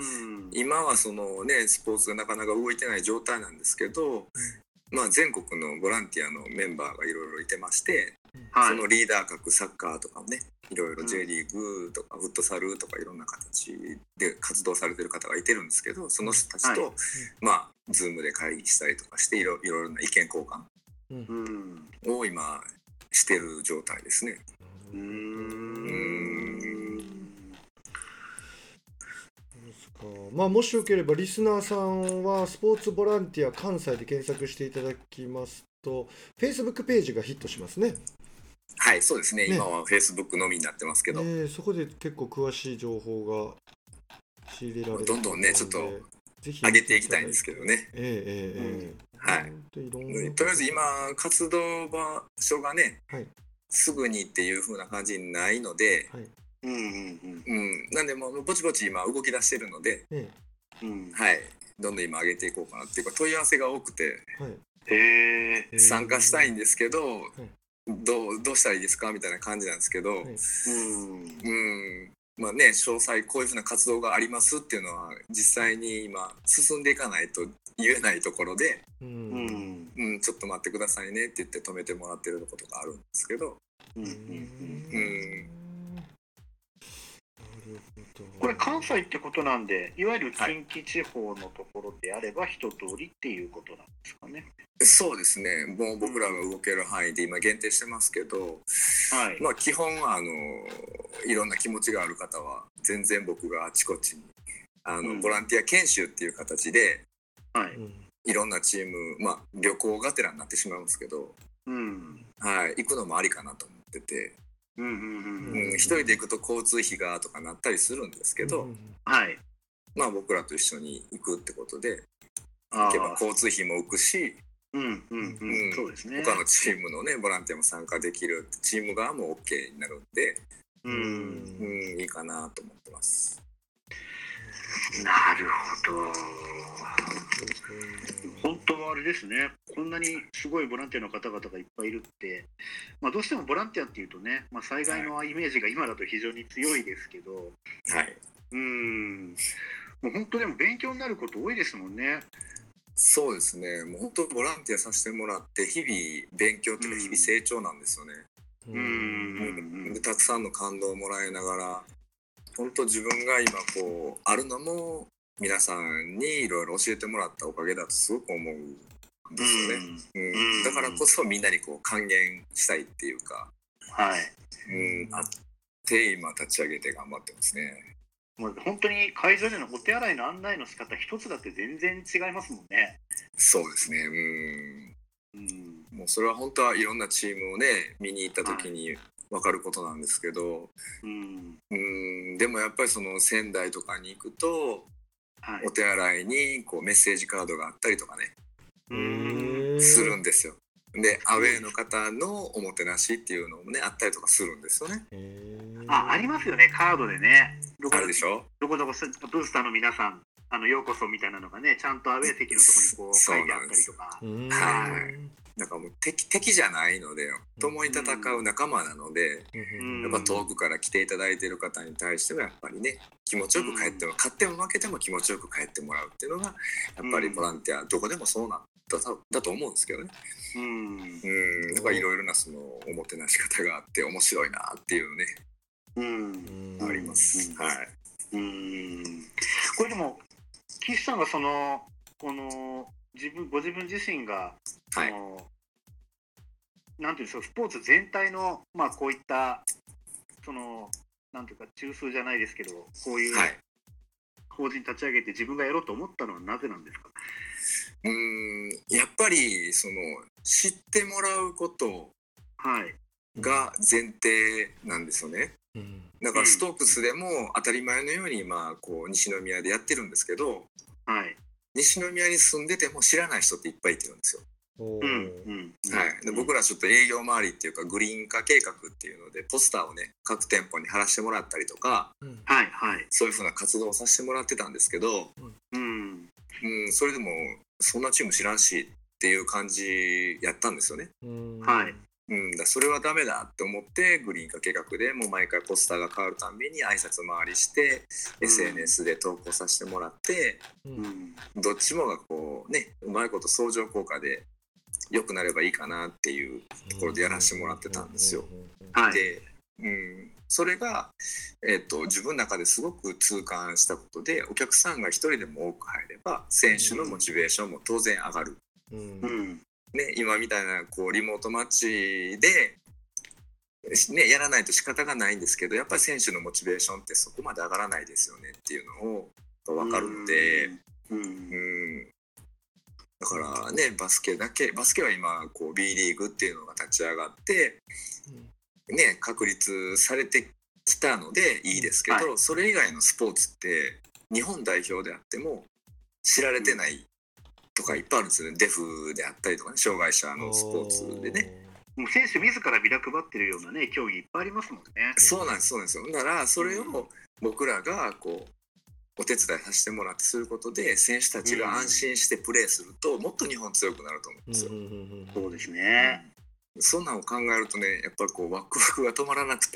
今はそのねスポーツがなかなか動いてない状態なんですけど、うん、まあ全国のボランティアのメンバーがいろいろいてまして、はい、そのリーダー格サッカーとかもねいろいろ J リーグとかフットサルとかいろんな形で活動されてる方がいてるんですけど、その人たちと、はい、まあズームで会議したりとかしていろいろな意見交換を今してる状態ですね。うーん
まあ、もしよければリスナーさんはスポーツボランティア関西で検索していただきますと Facebook ページがヒットしますね。
はい、そうですね。ね、今は Facebook のみになってますけど、
えー、そこで結構詳しい情報が仕入れられる
どんどんねちょっと上げていきたいんですけどね。
えー、えー、
うん、はい。とりあえず今活動場所がね、はい、すぐにっていう風な感じにないので、はい、うんうんうんうん、なんでもうぼちぼち今動き出してるので、ええ、うん、はい、どんどん今上げていこうかなっていうか問い合わせが多くて、はい、へえ参加したいんですけど、はい、どうどうしたらいいですかみたいな感じなんですけど、はい、うんうんまあね詳細こういうふうな活動がありますっていうのは実際に今進んでいかないと言えないところで、うんうん、ちょっと待ってくださいねって言って止めてもらってることがあるんですけど、うんうんうん、
これ関西ってことなんで、いわゆる近畿地方のところであれば一通りっていうことなんですかね。
そうですね、もう僕らが動ける範囲で今限定してますけど、はい、まあ基本あのいろんな気持ちがある方は全然僕があちこちにあの、うん、ボランティア研修っていう形で、はい、いろんなチーム、まあ旅行がてらになってしまうんですけど、うんはい、行くのもありかなと思ってて、うんうんうんうん、一人で行くと交通費がとかなったりするんですけど、うんうん、はい、まあ僕らと一緒に行くってことで行けば交通費も浮くし、うんうんうん、そうですね。他のチームのねボランティアも参加できる、チーム側も OK になるんで、うん、うん、いいかなと思ってます。
なるほど。本当はあれですね、こんなにすごいボランティアの方々がいっぱいいるって、まあ、どうしてもボランティアっていうとね、まあ、災害のイメージが今だと非常に強いですけど、はい、うーん、もう本当でも勉強になること多いですもんね。
そうですね、もう本当ボランティアさせてもらって日々勉強というか日々成長なんですよね。うん、うん、たくさんの感動をもらいながら、本当自分が今こうあるのも皆さんにいろいろ教えてもらったおかげだとすごく思うんですよね。うんうん、だからこそみんなにこう還元したいっていうか、はい、うん、あって今立ち上げて頑張ってますね。
もう本当に会場でのお手洗いの案内の仕方一つだって全然違いますもんね。
そうですね。うん、うん、もうそれは本当はいろんなチームをね見に行った時に分かることなんですけど、はい、うんうんでもやっぱりその仙台とかに行くと、はい、お手洗いにこうメッセージカードがあったりとかね、うんするんですよ。でアウェーの方のおもてなしっていうのもねあったりとかするんですよね。
あ、ありますよね、カードでね。
どこあるでしょ。
どこどこブースターの皆さん、あのようこそみたいなのがね、ちゃんとアウェー席のところにこう書いてあったりとか。
はい。だからもう敵敵じゃないので、共に戦う仲間なので、やっぱ遠くから来ていただいている方に対してはやっぱりね、気持ちよく帰っても、勝っても負けても気持ちよく帰ってもらうっていうのがやっぱりボランティアどこでもそうなんだだと思うんですけどね。うん。うん。だからいろいろなそのおもてなし方があって面白いなっていうね。うん。あります。はい。
うん。これでも岸さんがそのこの自分ご自分自身が、はい、のなんていうんですか、スポーツ全体のまあこういったそのなんていうか中枢じゃないですけど、こういう法人立ち上げて自分がやろうと思ったのはなぜなんですか。
うーん、やっぱりその知ってもらうことが前提なんですよね。うん、だからストークスでも当たり前のようにまあこう西宮でやってるんですけど、はい、西宮に住んでても知らない人っていっぱいいてるんですよ。うんうんはい、で僕らちょっと営業周りっていうかグリーン化計画っていうのでポスターをね各店舗に貼らせてもらったりとか、うんはいはい、そういうふうな活動をさせてもらってたんですけど、うんうん、それでもそんなチーム知らんしっていう感じやったんですよね。うんはいうん、だそれはダメだって思ってグリーン化計画でもう毎回ポスターが変わるたんびに挨拶回りして、うん、エスエヌエス で投稿させてもらって、うん、どっちもがこうねうまいこと相乗効果で良くなればいいかなっていうところでやらせてもらってたんですよ。はい、で、うん、それが、えーと、自分の中ですごく痛感したことでお客さんが一人でも多く入れば選手のモチベーションも当然上がる。うんうんね、今みたいなこうリモートマッチで、ね、やらないと仕方がないんですけどやっぱり選手のモチベーションってそこまで上がらないですよねっていうのを分かるので、うんうん、だからねバスケだけバスケは今こう B リーグっていうのが立ち上がって、ね、確立されてきたのでいいですけど、はい、それ以外のスポーツって日本代表であっても知られてないとかいっぱいあるんですよね。デフであったりとかね、障害者のスポーツでね。
もう選手自らビラ配ってるようなね競技いっぱいありますもんね。
そうなんですそうなんですよ。だからそれを僕らがこうお手伝いさせてもらってすることで選手たちが安心してプレーすると、うん、もっと日本強くなると思うんですよ。
そうですね。
そんなのを考えるとねやっぱりこうワクワクが止まらなくて、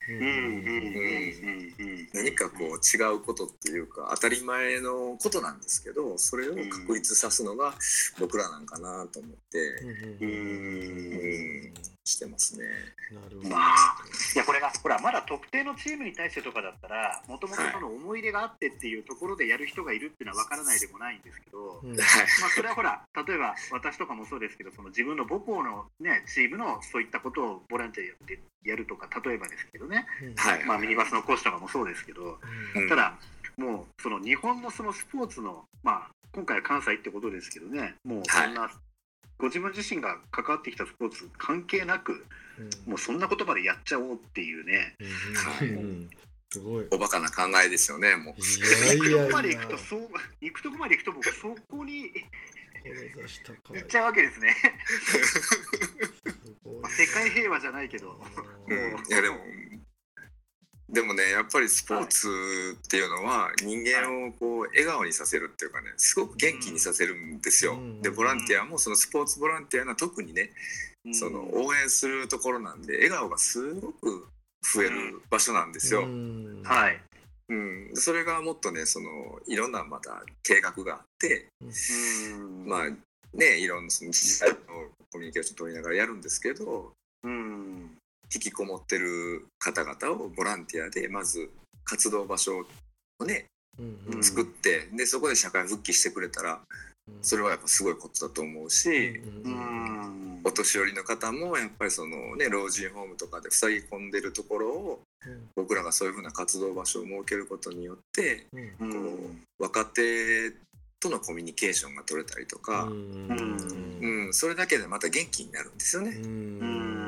何かこう違うことっていうか当たり前のことなんですけど、それを確立さすのが僕らなんかなと思ってうんうんしてますね。
なるほど。まあ、いやこれがほらまだ特定のチームに対してとかだったらもともとその思い入れがあってっていうところでやる人がいるっていうのは分からないでもないんですけど、はい、まあそれはほら例えば私とかもそうですけど、その自分の母校のねチームのそういったことをボランティアやってやるとか、例えばですけどね、はい、まあミニバスの講師とかもそうですけど、うん、ただもうその日本のそのスポーツのまあ今回は関西ってことですけどね、もうそんな、はい、ご自分自身が関わってきたスポーツ関係なく、うん、もうそんな言葉でやっちゃおうっていうね、
うん、はい、すごいおバカな考えですよね。もう
行くとこまで行くとそう行くとこまで行くと僕そこに行っちゃうわけですね。まあ世界平和じゃないけど、
うん、いやでもでもねやっぱりスポーツっていうのは人間をこう笑顔にさせるっていうかね、すごく元気にさせるんですよ。でボランティアもそのスポーツボランティアが特にねその応援するところなんで笑顔がすごく増える場所なんですよ。はい。うん、それがもっとねそのいろんなまた計画があって、うんまあねいろんなその自治体のコミュニケーション取りながらやるんですけど、うん引きこもってる方々をボランティアでまず活動場所をね、うん、作ってでそこで社会復帰してくれたらそれはやっぱすごいことだと思うし、うん、お年寄りの方もやっぱりそのね老人ホームとかで塞ぎ込んでるところを僕らがそういうふうな活動場所を設けることによって、うん、こう若手とのコミュニケーションが取れたりとか、うんうん、それだけでまた元気になるんですよね。うん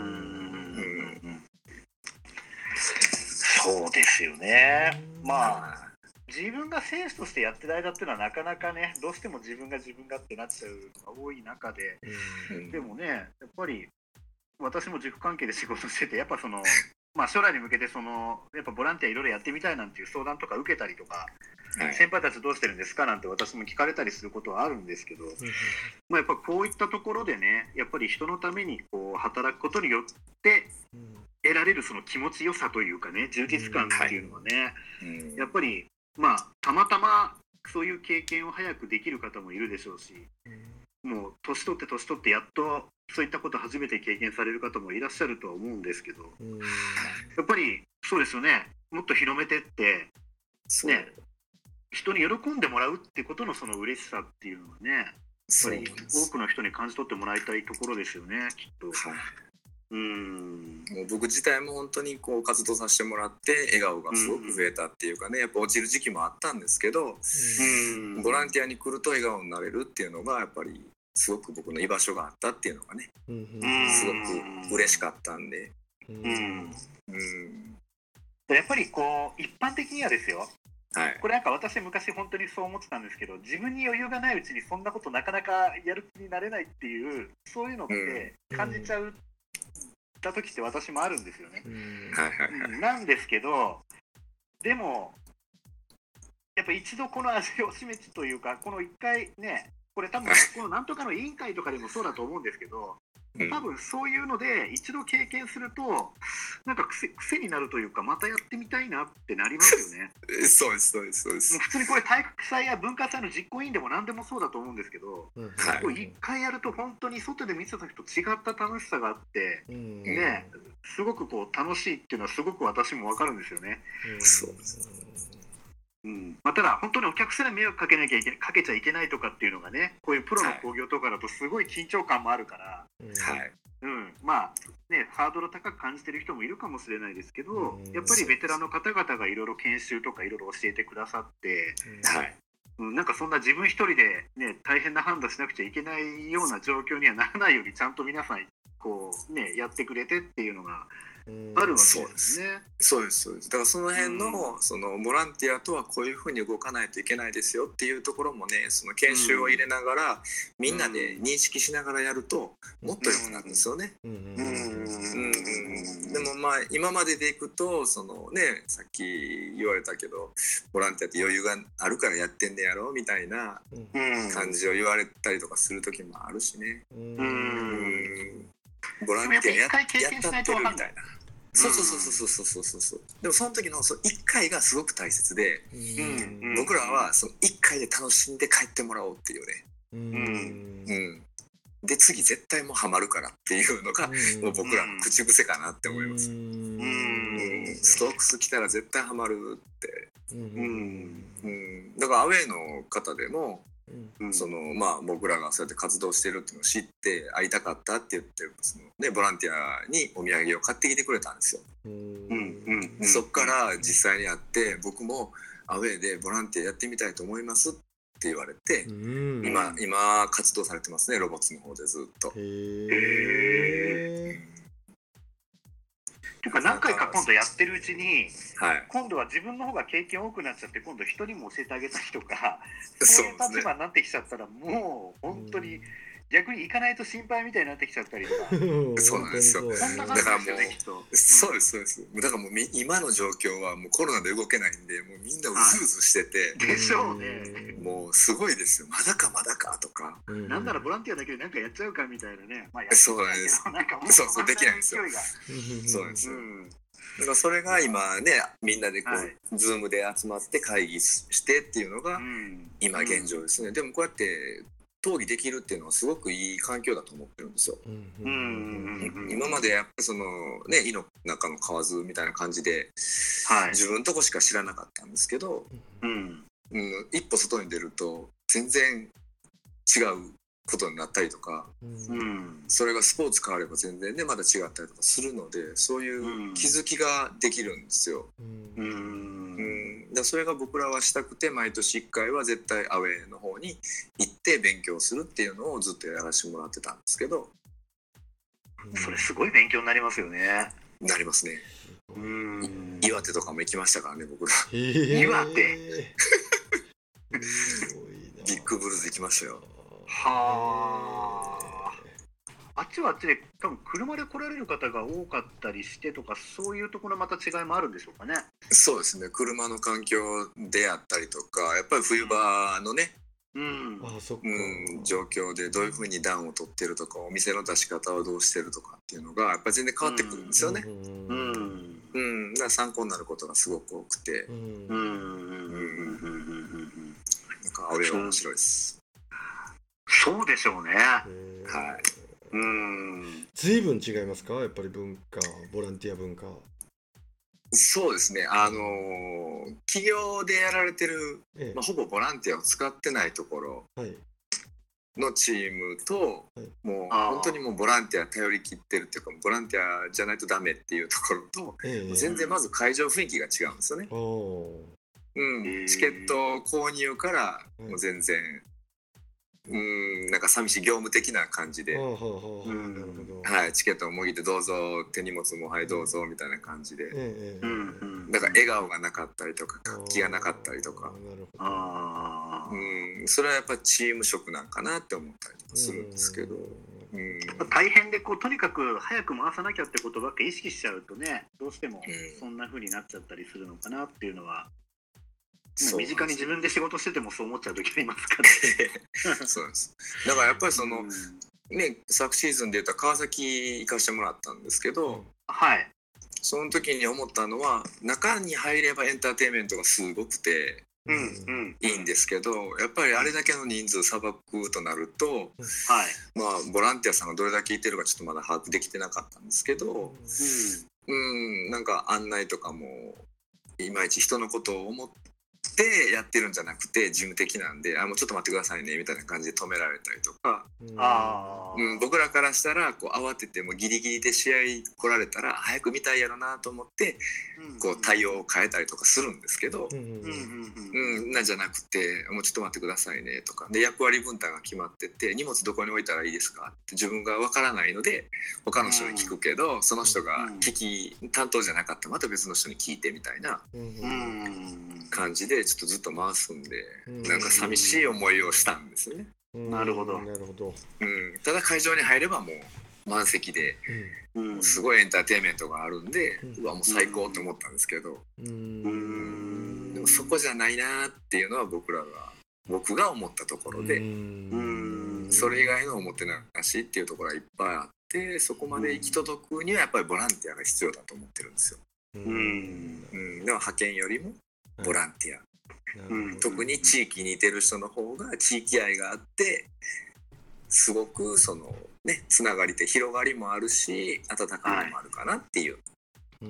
そうですよね。まあ自分が選手としてやってる間っていうのはなかなかねどうしても自分が自分がってなっちゃうのが多い中で、でもねやっぱり私も塾関係で仕事しててやっぱそのまあ将来に向けてそのやっぱボランティアいろいろやってみたいなんていう相談とか受けたりとか、はい、先輩たちどうしてるんですかなんて私も聞かれたりすることはあるんですけど、まあやっぱこういったところでねやっぱり人のためにこう働くことによって得られるその気持ちよさというかね充実感っていうのはね、うんはい、やっぱりまあたまたまそういう経験を早くできる方もいるでしょうし、うん、もう年取って年取ってやっとそういったことを初めて経験される方もいらっしゃるとは思うんですけど、うん、やっぱりそうですよね、もっと広めてってね人に喜んでもらうってことのその嬉しさっていうのはねやっぱり多くの人に感じ取ってもらいたいところですよねきっと。はい
うんもう僕自体も本当にこう活動させてもらって笑顔がすごく増えたっていうかね、やっぱ落ちる時期もあったんですけど、うんボランティアに来ると笑顔になれるっていうのがやっぱりすごく僕の居場所があったっていうのがね、すごく嬉しかったんで、うん
うんやっぱりこう一般的にはですよ、はい、これなんか私昔本当にそう思ってたんですけど、自分に余裕がないうちにそんなことなかなかやる気になれないっていうそういうのって感じちゃう、うんた時って私もあるんですよね。うんなんですけどでもやっぱ一度この味を示すというかこの一回ねこれ多分このなんとかの委員会とかでもそうだと思うんですけど多分そういうので一度経験するとなんか癖、癖になるというかまたやってみたいなってなりますよね。
そうですそうですそうです。
もう普通にこれ体育祭や文化祭の実行委員でも何でもそうだと思うんですけど、うんはい、一回やると本当に外で見てた時と違った楽しさがあって、うん、ねすごくこう楽しいっていうのはすごく私も分かるんですよね。うん、そうですうんまあ、ただ本当にお客さんに迷惑かけなきゃいけないかけちゃいけないとかっていうのがねこういうプロの興行とかだとすごい緊張感もあるから、はいうん、まあねハードル高く感じてる人もいるかもしれないですけど、うん、やっぱりベテランの方々がいろいろ研修とかいろいろ教えてくださって、うんはいうん、なんかそんな自分一人で、ね、大変な判断しなくちゃいけないような状況にはならないようにちゃんと皆さんこう、ね、やってくれてっていうのがあるわけですね。
そうですそうです。だからその辺の、うん、そのボランティアとはこういうふうに動かないといけないですよっていうところもねその研修を入れながら、うん、みんなで認識しながらやるともっと良くなるんですよね。でもまあ今まででいくとそのねさっき言われたけどボランティアって余裕があるからやってんねやろみたいな感じを言われたりとかする時もあるしね。うんボランティアやったってるみたいな。 そうそうそうそうそうそうそうそう。でもその時のそのいっかいがすごく大切で、
うん
僕らはそのいっかいで楽しんで帰ってもらおうっていうね。
うん
うんで次絶対もうハマるからっていうのが、
うん
もう僕らの口癖かなって思います。
うん
うんストークス来たら絶対ハマるって。
うん
うん
うんだからアウェイの方でも、
うん
そのまあ僕らがそうやって活動してるっていうのを知って会いたかったって言ってその、ね、ボランティアにお土産を買ってきてくれたんですよ。
うん
うん
でそっから実際に会って僕もアウェイでボランティアやってみたいと思いますって言われて、
うん
今今活動されてますねロボッツの方でずっと。
へえ
ていうか何回か今度やってるうちに
はい
今度は自分の方が経験多くなっちゃって今度人にも教えてあげたりとか
そ
そうういう
ですね
立場になってきちゃったらもう本当に逆に行かないと心配みたいになってきちゃったりとか
そうなんですよ
本当にそう
そんな
だね
感じですよねきっと。
そうですそうですだからもうみ今の状況はもうコロナで動けないんでもうみんなうずうずしてて、
でしょうね。
もうすごいですよまだかまだかとか。
うん
なんならボランティアだけで何かやっちゃうかみたいなね。まあや
そうなんです
なんかもう
そうそうできないんですよ
勢いが
そうなんですよ、
うん
だからそれが今ねみんなでこう、
はい
ズームで集まって会議してっていうのが
うん
今現状ですね、でもこうやって討議できるっていうのはすごくいい環境だと思ってるんですよ。
うん
うんうんうん
今までやっぱりそのね井の中の蛙みたいな感じで
はい
自分のとこしか知らなかったんですけど、
うん
うん、一歩外に出ると全然違うことになったりとか、
うん
うん
それがスポーツ変われば全然ねまだ違ったりとかするのでそういう気づきができるんですよ。
う
うんん、だからそれが僕らはしたくて毎年いっかいは絶対アウェーの方に行って勉強するっていうのをずっとやらせてもらってたんですけど
それすごい勉強になりますよね。
なりますね。
うん
岩手とかも行きましたからね僕ら
へえ
岩手
すごいな
ビッグブルーズ行きましたよ。
はあ。あっちはあっちで多分車で来られる方が多かったりしてとかそういうところまた違いもあるんでしょうかね。
そうですね車の環境であったりとかやっぱり冬場のね、
うん
あそっか
うん、状況でどういうふうに暖を取ってるとかお店の出し方はどうしてるとかっていうのがやっぱり全然変わってくるんですよね。
う
うんん
うん、だから参考になることがすごく多くて、
うん
うんうんうんうんうん
なんかアウェーは面白いです。
そうでしょうね。
へえ
はい
うん
随分違いますかやっぱり文化ボランティア文化
そうですねあのー企業でやられてる、
ええ
まあ、ほぼボランティアを使ってないところ
はい
のチームと、
はい
もう
あー
本当にもうボランティア頼り切ってるっていうかボランティアじゃないとダメっていうところと、
ええ
全然まず会場雰囲気が違うんですよね。
おー
うん、チケット購入から
うん
もう全然、うんなんか寂しい業務的な感じで、
はあはあはあはあ
うん
なるほど
はい、チケットをもぎってどうぞ手荷物もはいどうぞみたいな感じで、
ええええ
うんうん
だから笑顔がなかったりとか活気がなかったりとか
あ、ーなるほど
あー
うん、それはやっぱチーム職なんかなって思ったりとかするんですけど、
うん
うん
大変でこうとにかく早く回さなきゃってことばっかり意識しちゃうとねどうしても
うん
そんな風になっちゃったりするのかなっていうのは、
そう
身近に自分で仕事しててもそう思っちゃう時ありますからね。
そうですだからやっぱりその、
うん
ね昨シーズンで言ったら川崎行かしてもらったんですけど、
はい
その時に思ったのは中に入ればエンターテインメントがすごくて
うんうん
いいんですけどやっぱりあれだけの人数さばくとなると、
はい
まあボランティアさんがどれだけいてるかちょっとまだ把握できてなかったんですけど、うんなんか案内とかもいまいち人のことを思ってやってるんじゃなくて事務的なんであもうちょっと待ってくださいねみたいな感じで止められたりとか、
うん
あー
うん、僕らからしたらこう慌ててもうギリギリで試合来られたら早く見たいやろなと思ってこう対応を変えたりとかするんですけど、
うんうん
うんうん
うん
うん
なんじゃなくてもうちょっと待ってくださいねとかで役割分担が決まってて荷物どこに置いたらいいですかって自分がわからないので他の人に聞くけどその人が聞き担当じゃなかったらまた別の人に聞いてみたいな
うん
う
うん
ん
感じでちょっとずっと回すんで
うん
なんか寂しい思いをしたんですよね、
うん
なるほど
なるほど
うん、ただ会場に入ればもう満席で
うん
すごいエンターテインメントがあるんで
うん
うわもう最高って思ったんですけど
うん
うん
でもそこじゃないなっていうのは僕らが僕が思ったところで
うん
うん
それ以外のおもてなしっていうところはいっぱいあっってそこまで行き届くにはやっぱりボランティアが必要だと思ってるんですよ。
うん
うん、でも派遣よりもボランティア、
うん、
特に地域にいてる人の方が地域愛があってすごくそのねつながりって広がりもあるし温かみもあるかなっていう、
うん、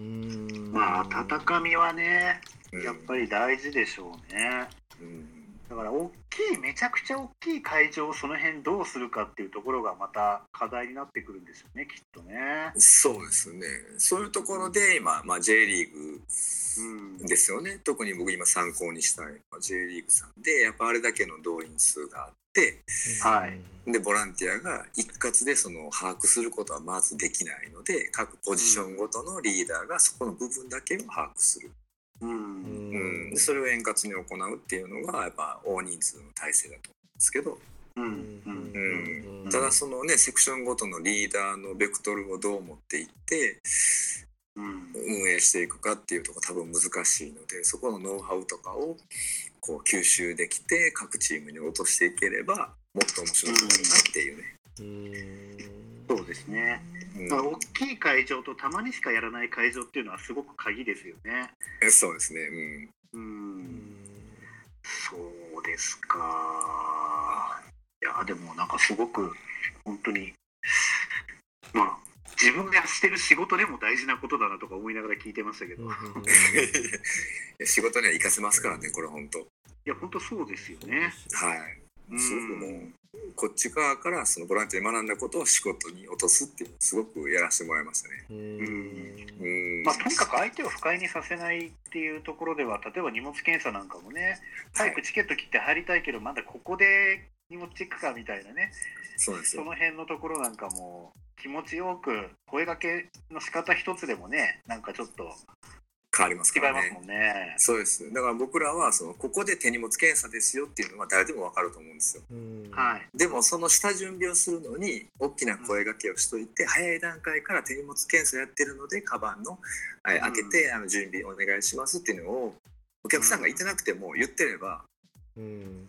まあ温かみはね
うん、
やっぱり大事でしょうね。
うん
だから大きいめちゃくちゃ大きい会場をその辺どうするかっていうところがまた課題になってくるんですよね、きっとね。
そうですね。そういうところで今、まあ、J リーグ
うん
ですよね。特に僕今参考にしたい J リーグさんでやっぱあれだけの動員数があって
はい
でボランティアが一括でその把握することはまずできないので各ポジションごとのリーダーがそこの部分だけを把握する、
うん
うん、でそれを円滑に行うっていうのがやっぱ大人数の体制だと思うんですけど、
うんうん
うん、ただそのねセクションごとのリーダーのベクトルをどう持っていって
うん
運営していくかっていうところ多分難しいのでそこのノウハウとかをこう吸収できて各チームに落としていければもっと面白くなるなっていうね。
そうですね。
うん
まあ、大きい会場とたまにしかやらない会場っていうのはすごく鍵ですよね。
そうですね。
う
うん。
ん、そうですか。いやでもなんかすごく本当にまあ自分がしてる仕事でも大事なことだなとか思いながら聞いてましたけど、い
仕事には活かせますからねこれ本当。
や本当そうですよね。
はい。すごくもうこっち側からそのボランティアで学んだことを仕事に落とすっていうのをすごくやらせてもらいましたね。
うん
うん。
まあ、とにかく相手を不快にさせないっていうところでは例えば荷物検査なんかもね早くチケット切って入りたいけどまだここで荷物チェックかみたいなね
そうですよ。
その辺のところなんかも気持ちよく声掛けの仕方一つでもねなんかちょっと
変わりますからね。
違いますもんね。
そうです。だから僕らはそのここで手荷物検査ですよっていうのは誰でも分かると思うんですよ。
はい。
でもその下準備をするのに大きな声掛けをしといて、うん、早い段階から手荷物検査やってるのでカバンの、はい、開けて、うん、あの準備お願いしますっていうのをお客さんが言ってなくても言ってれば、うん、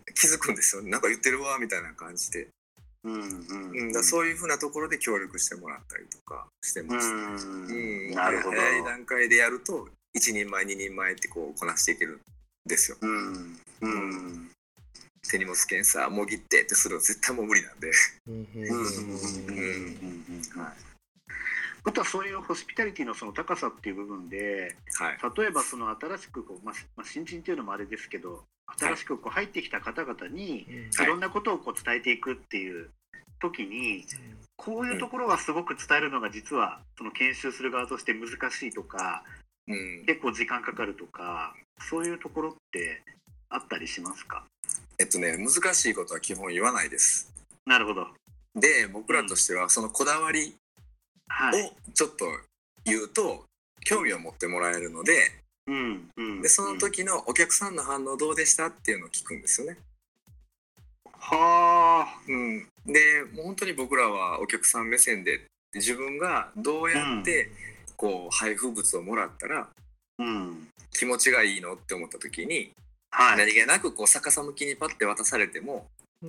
気づくんですよ。なんか言ってるわみたいな感じで。うんうんうん、だそういうふうなところで協力してもらったりとかしてます、うんうん、なるほど。早い段階でやると一人前二人前ってこうこなしていけるんですよ、うんうん、手荷物検査もぎってってするの絶対もう無理なんで
あとはそういうホスピタリティのその高さっていう部分で、はい、例えばその新しくこう、まあまあ、新人っていうのもあれですけど新しくこう入ってきた方々にいろんなことをこう伝えていくっていう時にこういうところはすごく伝えるのが実はその研修する側として難しいとか、うん、結構時間かかるとかそういうところってあったりしますか？
えっとね難しいことは基本言わないです。
なるほど。
で僕らとしてはそのこだわりをちょっと言うと興味を持ってもらえるので、うんうん、でその時のお客さんの反応どうでしたっていうのを聞くんですよね。はあ、うん、でもう本当に僕らはお客さん目線で自分がどうやってこう配布物をもらったら、うん、気持ちがいいのって思った時に、はい、何気なくこう逆さ向きにパッて渡されても、うん、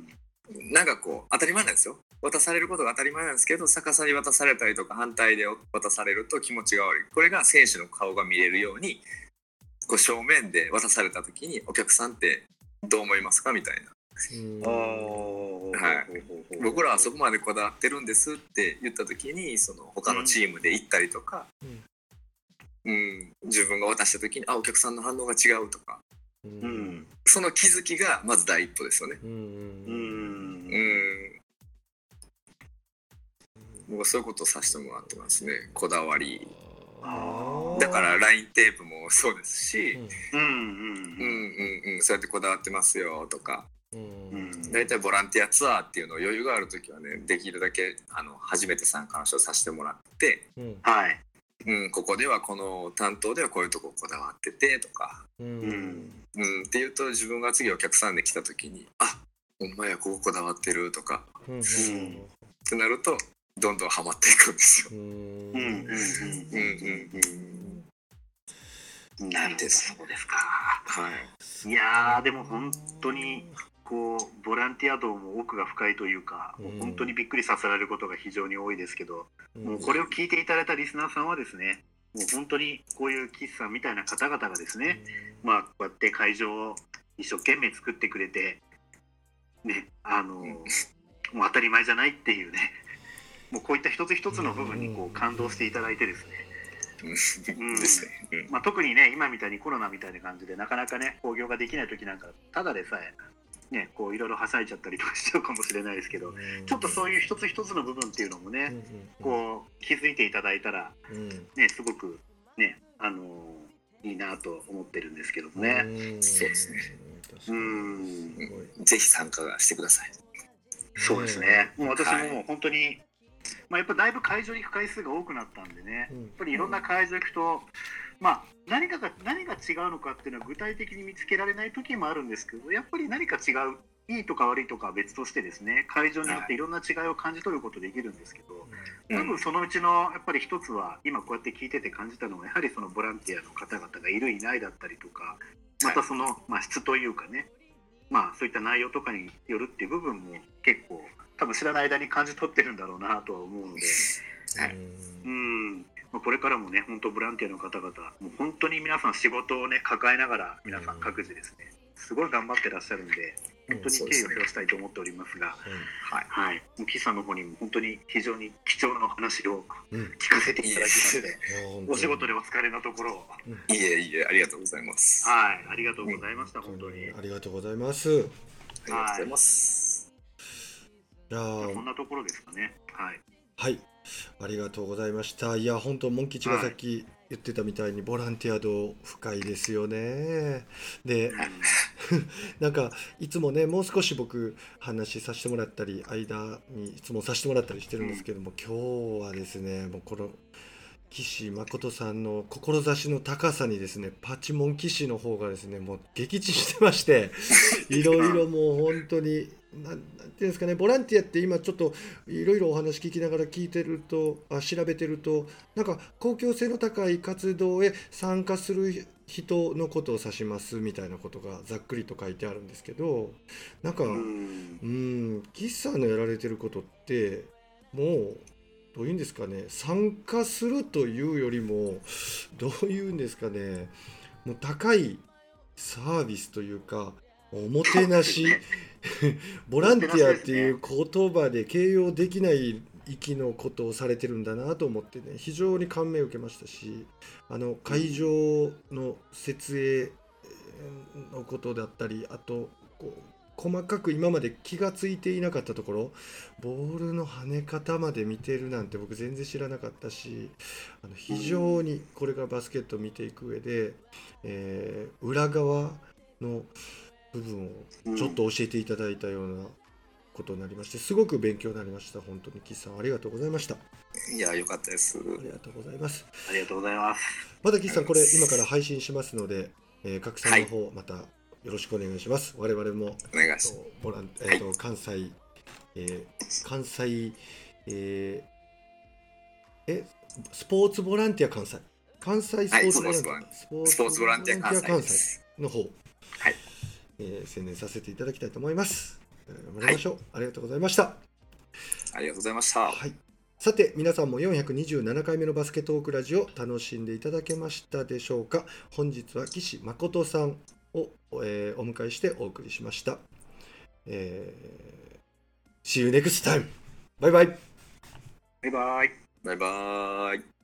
なんかこう当たり前なんですよ。渡されることが当たり前なんですけど逆さに渡されたりとか反対で渡されると気持ちが悪い。これが選手の顔が見れるようにこう正面で渡された時にお客さんってどう思いますかみたいな。はい、僕らはそこまでこだわってるんですって言った時にその他のチームで行ったりとか、うんうん、自分が渡した時にあお客さんの反応が違うとか、うん、その気づきがまず第一歩ですよね。うんうん僕はそういうことをさせてもらってますね。こだわりだから ライン テープもそうですし、うんうんうんうんうん、そうやってこだわってますよとか。だいたいボランティアツアーっていうのを余裕があるときはねできるだけあの初めて参加の人をさせてもらって、うんはいうん、ここではこの担当ではこういうとここだわっててとか、うんうん、っていうと自分が次お客さんで来たときにあお前はこここだわってるとか、うんうん、ってなるとどんどんハマっていくんですよ。うんうんうんうん
なるほどそうですか。はい。いやーでも本当にここうボランティア道も奥が深いというか、もう本当にびっくりさせられることが非常に多いですけど、うん、もうこれを聞いていただいたリスナーさんはですね、もう本当にこういう岸さんみたいな方々がですね、うん、まあこうやって会場を一生懸命作ってくれてね、あの、うん、もう当たり前じゃないっていうね、もうこういった一つ一つの部分にこう感動していただいてですね、うんですね、まあ、特にね今みたいにコロナみたいな感じでなかなかね興行ができない時なんかただでさえねこういろいろはしゃいちゃったりとかしちゃうかもしれないですけど、うん、ちょっとそういう一つ一つの部分っていうのもね、うん、こう気づいていただいたら、うん、ねすごくねあのー、いいなと思ってるんですけどもね、
うん、そうですね、うん、ぜひ参加してください。
そうですね、もう私ももう本当に、はい、まあ、やっぱだいぶ会場に行く回数が多くなったんでね、うん、やっぱりいろんな会場行くと、まあ、何かが何が違うのかっていうのは具体的に見つけられない時もあるんですけど、やっぱり何か違う、いいとか悪いとかは別としてですね、会場によっていろんな違いを感じ取ることできるんですけど、多分そのうちのやっぱり一つは今こうやって聞いてて感じたのはやはりそのボランティアの方々がいるいないだったりとか、またその、まあ、質というかね、まあ、そういった内容とかによるっていう部分も結構多分知らない間に感じ取ってるんだろうなとは思うので、うん、まあ、これからもね本当ボランティアの方々もう本当に皆さん仕事をね抱えながら皆さん各自ですねすごい頑張ってらっしゃるんで本当に敬意を表したいと思っておりますが、はいはい、もう岸さんの方にも本当に非常に貴重なお話を聞かせていただきまして、うん、お仕事でお疲れのところを、
いえいえありがとうございます。
はい、ありがとうございました、うん、本当に
ありがとうございます。
ありがとうございます。
いやそんなところですかね。はい。
はい、ありがとうございました。いや本当モン吉がさっき言ってたみたいに、はい、ボランティア道深いですよね。でなんかいつもねもう少し僕話させてもらったり間に質問させてもらったりしてるんですけども、うん、今日はですねもうこの岸誠さんの志の高さにですねパチモン騎士の方がですねもう撃沈してましていろいろもう本当になんていうんですかね、ボランティアって今ちょっといろいろお話聞きながら聞いてるとあ調べてるとなんか公共性の高い活動へ参加する人のことを指しますみたいなことがざっくりと書いてあるんですけど、なんかうん岸さんのやられてることってもうどういうんですかね、参加するというよりもどういうんですかね、もう高いサービスというかおもてなしボランティアっていう言葉で形容できない域のことをされてるんだなと思ってね非常に感銘を受けましたし、あの会場の設営のことだったり、あとこう細かく今まで気がついていなかったところ、ボールの跳ね方まで見てるなんて僕全然知らなかったし、あの非常にこれからバスケットを見ていく上で、えー、裏側の部分をちょっと教えていただいたようなことになりまして、すごく勉強になりました。本当に岸さんありがとうございました。
いや良かったです。
ありがとうございます。
ありがとうございます。
また岸さんこれ今から配信しますので、えー、拡散の方またよろしくお願いします。我々も
お願いします。
ボラン、えーとはい、関西、えー、関西、えー、えスポーツボランティア関西関西スポーツボランティア、はい、スポーツボランティア関西の方、はいえー、宣伝させていただきたいと思います。頑張りましょう、はい、ありがとうございました。
ありがとうございました。
はい、さて皆さんもよんひゃくにじゅうななかいめのバスケトークラジオ楽しんでいただけましたでしょうか。本日は岸誠さんを、えー、お迎えしてお送りしました。えー、See you next time! バイバイ。
バイバイ。
バイバイ。